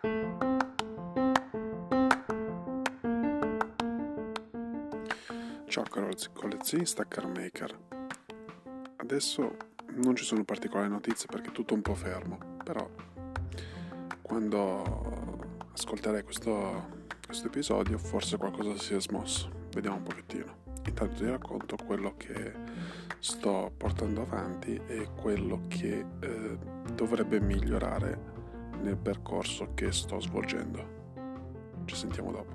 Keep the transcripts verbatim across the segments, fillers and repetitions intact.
Ciao caro collezionista Car Maker. Adesso non ci sono particolari notizie perché è tutto un po' fermo, però quando ascolterai questo, questo episodio forse qualcosa si è smosso. Vediamo un pochettino. Intanto ti racconto quello che sto portando avanti e quello che eh, dovrebbe migliorare nel percorso che sto svolgendo. Ci sentiamo dopo.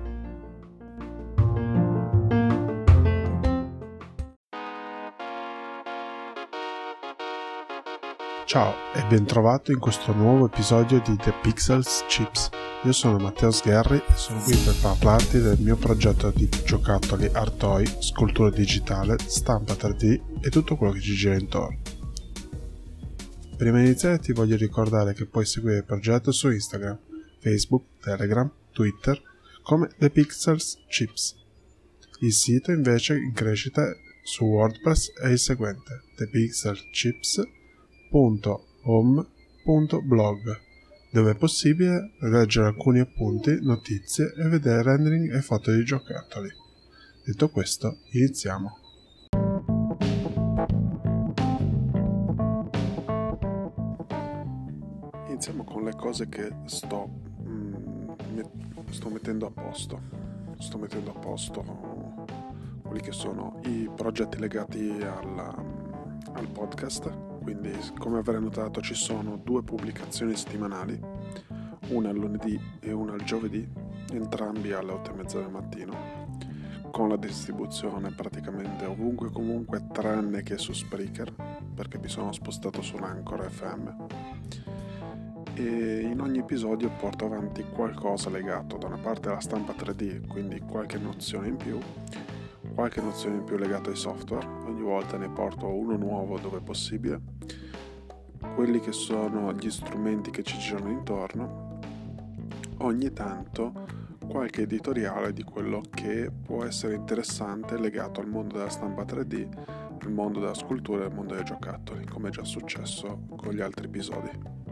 Ciao e ben trovato in questo nuovo episodio di The Pixels Chips. Io sono Matteo Sgherri e sono qui per parlarti del mio progetto di giocattoli art toy, scultura digitale, stampa tre D e tutto quello che ci gira intorno. Prima di iniziare ti voglio ricordare che puoi seguire il progetto su Instagram, Facebook, Telegram, Twitter come The Pixels Chips. Il sito invece in crescita su WordPress è il seguente: the pixel chips punto home punto blog, dove è possibile leggere alcuni appunti, notizie e vedere rendering e foto di giocattoli. Detto questo, iniziamo. Iniziamo con le cose che sto, mm, met- sto mettendo a posto. Sto mettendo a posto quelli che sono i progetti legati alla, al podcast. Quindi, come avrai notato, ci sono due pubblicazioni settimanali, una al lunedì e una al giovedì, entrambi alle otto e mezza del mattino, con la distribuzione praticamente ovunque comunque, tranne che su Spreaker, perché mi sono spostato su Anchor F M. E in ogni episodio porto avanti qualcosa legato da una parte alla stampa tre D, quindi qualche nozione in più, qualche nozione in più legata ai software. Ogni volta ne porto uno nuovo dove è possibile, quelli che sono gli strumenti che ci girano intorno, ogni tanto qualche editoriale di quello che può essere interessante legato al mondo della stampa tre D, al mondo della scultura e al mondo dei giocattoli, come è già successo con gli altri episodi.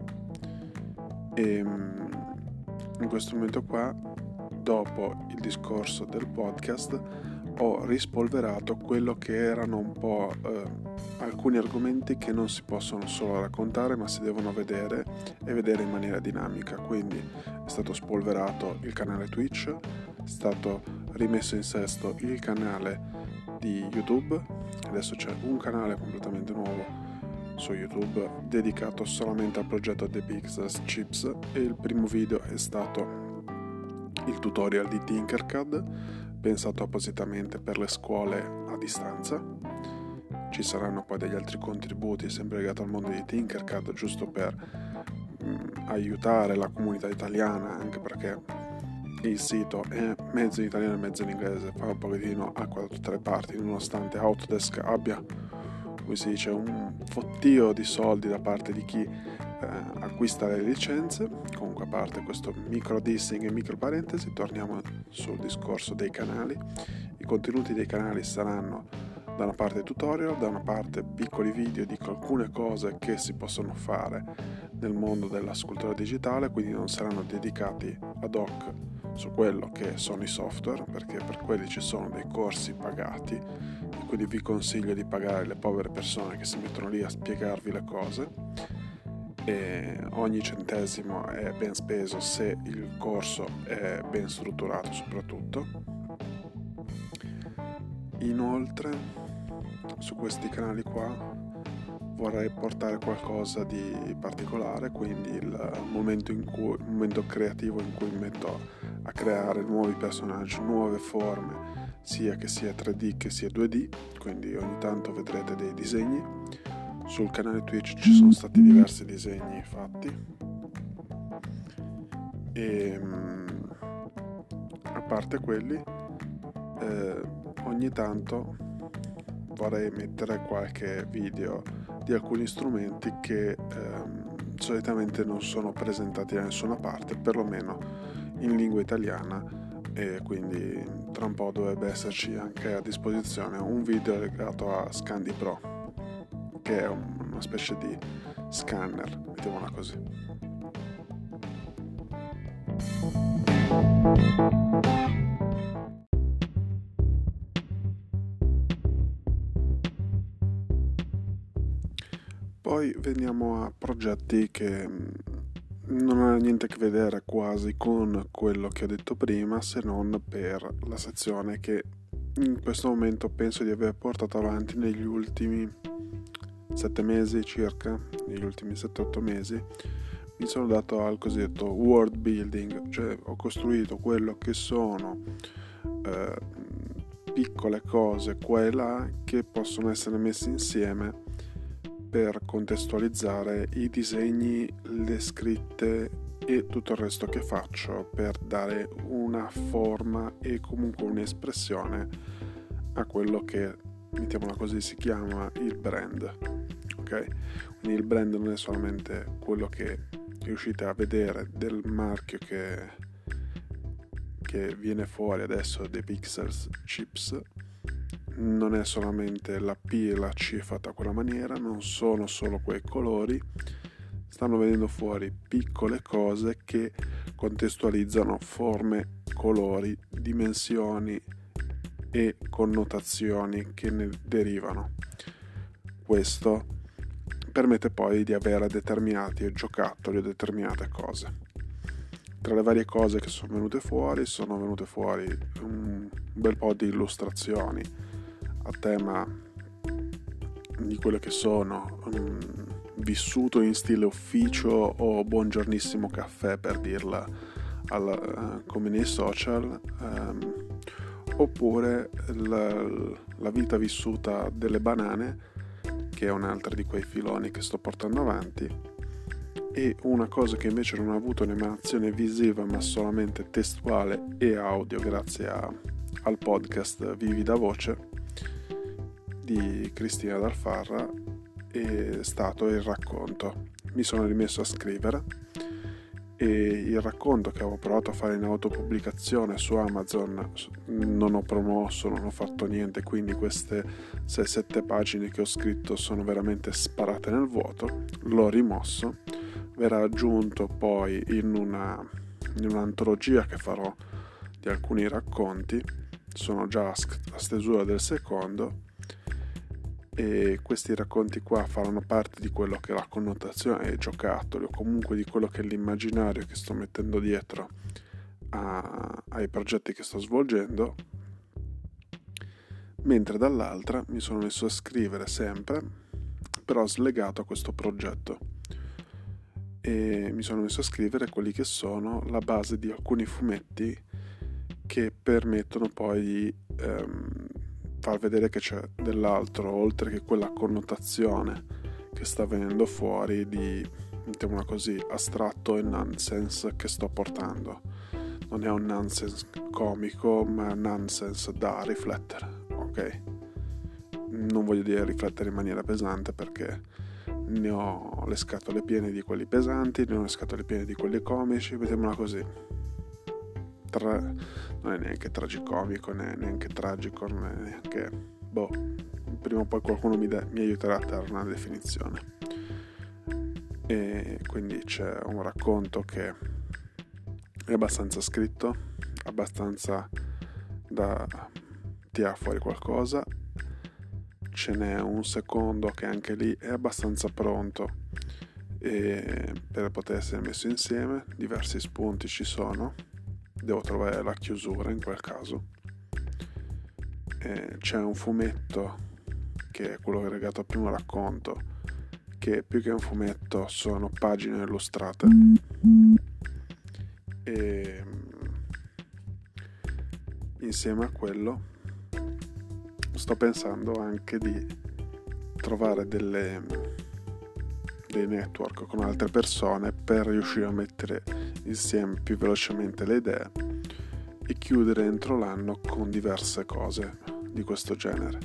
E in questo momento qua, dopo il discorso del podcast, ho rispolverato quello che erano un po' eh, alcuni argomenti che non si possono solo raccontare ma si devono vedere e vedere in maniera dinamica. Quindi è stato spolverato il canale Twitch, è stato rimesso in sesto il canale di YouTube. Adesso c'è un canale completamente nuovo su YouTube dedicato solamente al progetto The Pixels Chips e il primo video è stato il tutorial di Tinkercad, pensato appositamente per le scuole a distanza. Ci saranno poi degli altri contributi sempre legati al mondo di Tinkercad, giusto per mh, aiutare la comunità italiana, anche perché il sito è mezzo in italiano e mezzo in inglese, fa un pochettino acqua da tutte le parti, nonostante Autodesk abbia, come si dice, un fottio di soldi da parte di chi eh, acquista le licenze. Comunque, a parte questo micro dissing e micro parentesi, torniamo sul discorso dei canali. I contenuti dei canali saranno da una parte tutorial, da una parte piccoli video di alcune cose che si possono fare nel mondo della scultura digitale, quindi non saranno dedicati ad hoc su quello che sono i software, perché per quelli ci sono dei corsi pagati e quindi vi consiglio di pagare le povere persone che si mettono lì a spiegarvi le cose, e ogni centesimo è ben speso se il corso è ben strutturato soprattutto. Inoltre su questi canali qua vorrei portare qualcosa di particolare, quindi il momento, in cui, il momento creativo in cui mi metto a creare nuovi personaggi, nuove forme, sia che sia tre D che sia due D, quindi ogni tanto vedrete dei disegni. Sul canale Twitch ci sono stati diversi disegni fatti e a parte quelli eh, ogni tanto vorrei mettere qualche video di alcuni strumenti che ehm, solitamente non sono presentati da nessuna parte, perlomeno in lingua italiana, e quindi tra un po' dovrebbe esserci anche a disposizione un video legato a Scandi Pro, che è una specie di scanner, mettiamola così. Poi veniamo a progetti che non hanno niente a che vedere quasi con quello che ho detto prima, se non per la sezione che in questo momento penso di aver portato avanti negli ultimi sette mesi circa, negli ultimi sette otto mesi. Mi sono dato al cosiddetto world building, cioè ho costruito quello che sono eh, piccole cose qua e là che possono essere messe insieme per contestualizzare i disegni, le scritte e tutto il resto che faccio per dare una forma e comunque un'espressione a quello che, mettiamola così, si chiama il brand. Ok? Quindi il brand non è solamente quello che riuscite a vedere del marchio che, che viene fuori adesso dei Pixels Chips, non è solamente la P e la C fatta a quella maniera, non sono solo quei colori, stanno venendo fuori piccole cose che contestualizzano forme, colori, dimensioni e connotazioni che ne derivano. Questo permette poi di avere determinati giocattoli o determinate cose. Tra le varie cose che sono venute fuori sono venute fuori un bel po' di illustrazioni a tema di quello che sono um, vissuto in stile ufficio o buongiornissimo caffè, per dirla al, uh, come nei social, um, oppure la, la vita vissuta delle banane, che è un'altra di quei filoni che sto portando avanti, e una cosa che invece non ha avuto un'emanazione visiva ma solamente testuale e audio grazie a, al podcast Vivi da Voce di Cristina Dalfarra, è stato il racconto. Mi sono rimesso a scrivere e il racconto che avevo provato a fare in autopubblicazione su Amazon non ho promosso, non ho fatto niente, quindi queste sei sette pagine che ho scritto sono veramente sparate nel vuoto. L'ho rimosso, verrà aggiunto poi in una in un'antologia che farò di alcuni racconti, sono già a stesura del secondo, e questi racconti qua faranno parte di quello che è la connotazione dei giocattoli o comunque di quello che è l'immaginario che sto mettendo dietro a, ai progetti che sto svolgendo, mentre dall'altra mi sono messo a scrivere sempre, però slegato a questo progetto, e mi sono messo a scrivere quelli che sono la base di alcuni fumetti che permettono poi di ehm, far vedere che c'è dell'altro, oltre che quella connotazione che sta venendo fuori di, mettiamola così, astratto e nonsense che sto portando. Non è un nonsense comico, ma nonsense da riflettere, ok? Non voglio dire riflettere in maniera pesante, perché ne ho le scatole piene di quelli pesanti, ne ho le scatole piene di quelli comici, mettiamola così. Tra... non è neanche tragicomico, né neanche tragico, non è neanche... boh, prima o poi qualcuno mi, de... mi aiuterà a dare una definizione. E quindi c'è un racconto che è abbastanza scritto, abbastanza da tirare fuori qualcosa. Ce n'è un secondo che anche lì è abbastanza pronto e per poter essere messo insieme. Diversi spunti ci sono, devo trovare la chiusura in quel caso. E c'è un fumetto che è quello legato al primo racconto, che più che un fumetto sono pagine illustrate, e insieme a quello sto pensando anche di trovare delle, dei network con altre persone per riuscire a mettere insieme più velocemente le idee e chiudere entro l'anno con diverse cose di questo genere.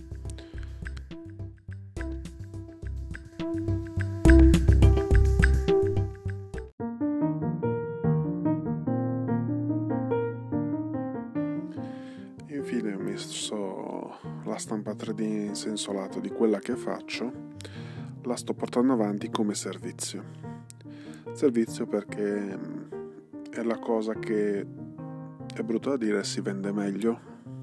Infine ho messo la stampa tre D in senso lato di quella che faccio, la sto portando avanti come servizio. Servizio perché è la cosa che è brutto da dire, si vende meglio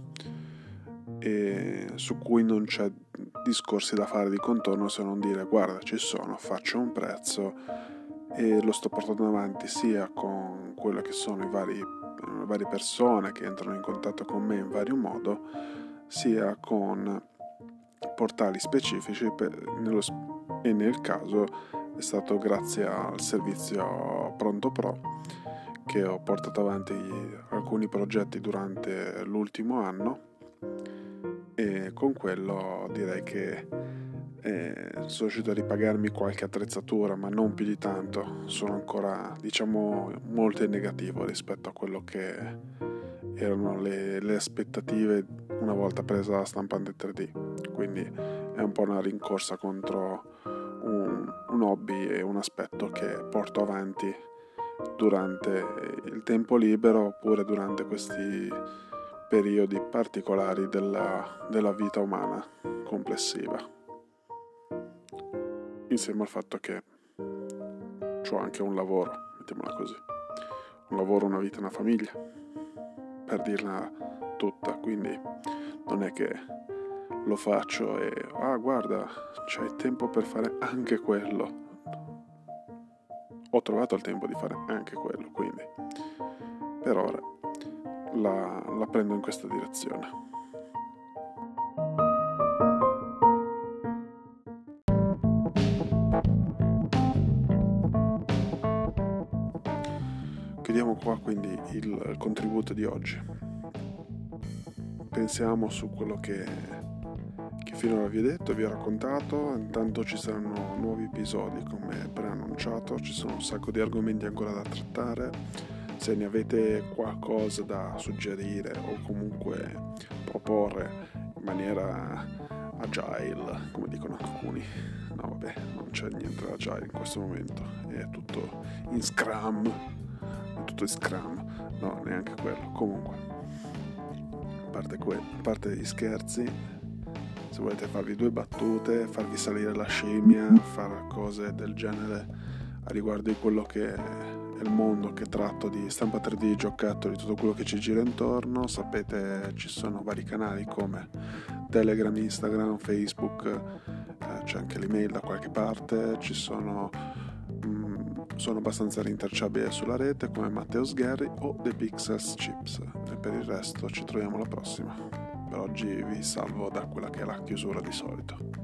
e su cui non c'è discorsi da fare di contorno se non dire guarda ci sono, faccio un prezzo e lo sto portando avanti sia con quello che sono i vari, le varie persone che entrano in contatto con me in vario modo, sia con portali specifici per, nello, e nel caso è stato grazie al servizio Pronto Pro che ho portato avanti alcuni progetti durante l'ultimo anno e con quello direi che eh, sono riuscito a ripagarmi qualche attrezzatura, ma non più di tanto. Sono ancora, diciamo, molto in negativo rispetto a quello che erano le, le aspettative una volta presa la stampante tre D, quindi è un po' una rincorsa contro un, un hobby e un aspetto che porto avanti durante il tempo libero oppure durante questi periodi particolari della, della vita umana complessiva, insieme al fatto che ho anche un lavoro, mettiamola così, un lavoro, una vita, una famiglia, per dirla tutta, quindi non è che lo faccio e ah guarda c'hai tempo per fare anche quello. Ho trovato il tempo di fare anche quello, quindi per ora la, la prendo in questa direzione. Chiudiamo qua quindi il contributo di oggi. Pensiamo su quello che, che finora vi ho detto, vi ho raccontato. Intanto ci saranno nuovi episodi come preannunciato, ci sono un sacco di argomenti ancora da trattare. Se ne avete qualcosa da suggerire o comunque proporre in maniera agile, come dicono alcuni, no vabbè, non c'è niente da agile in questo momento, è tutto in Scrum, è tutto in Scrum, no, neanche quello. Comunque, a parte, que- a parte gli scherzi, se volete farvi due battute, farvi salire la scimmia, fare cose del genere a riguardo di quello che è il mondo che tratto di stampa tre D, giocattoli, tutto quello che ci gira intorno, sapete ci sono vari canali come Telegram, Instagram, Facebook, eh, c'è anche l'email da qualche parte, ci sono mh, sono abbastanza rintracciabili sulla rete come Matteo Sgherri o The Pixels Chips, e per il resto ci troviamo alla prossima. Per oggi vi salvo da quella che è la chiusura di solito.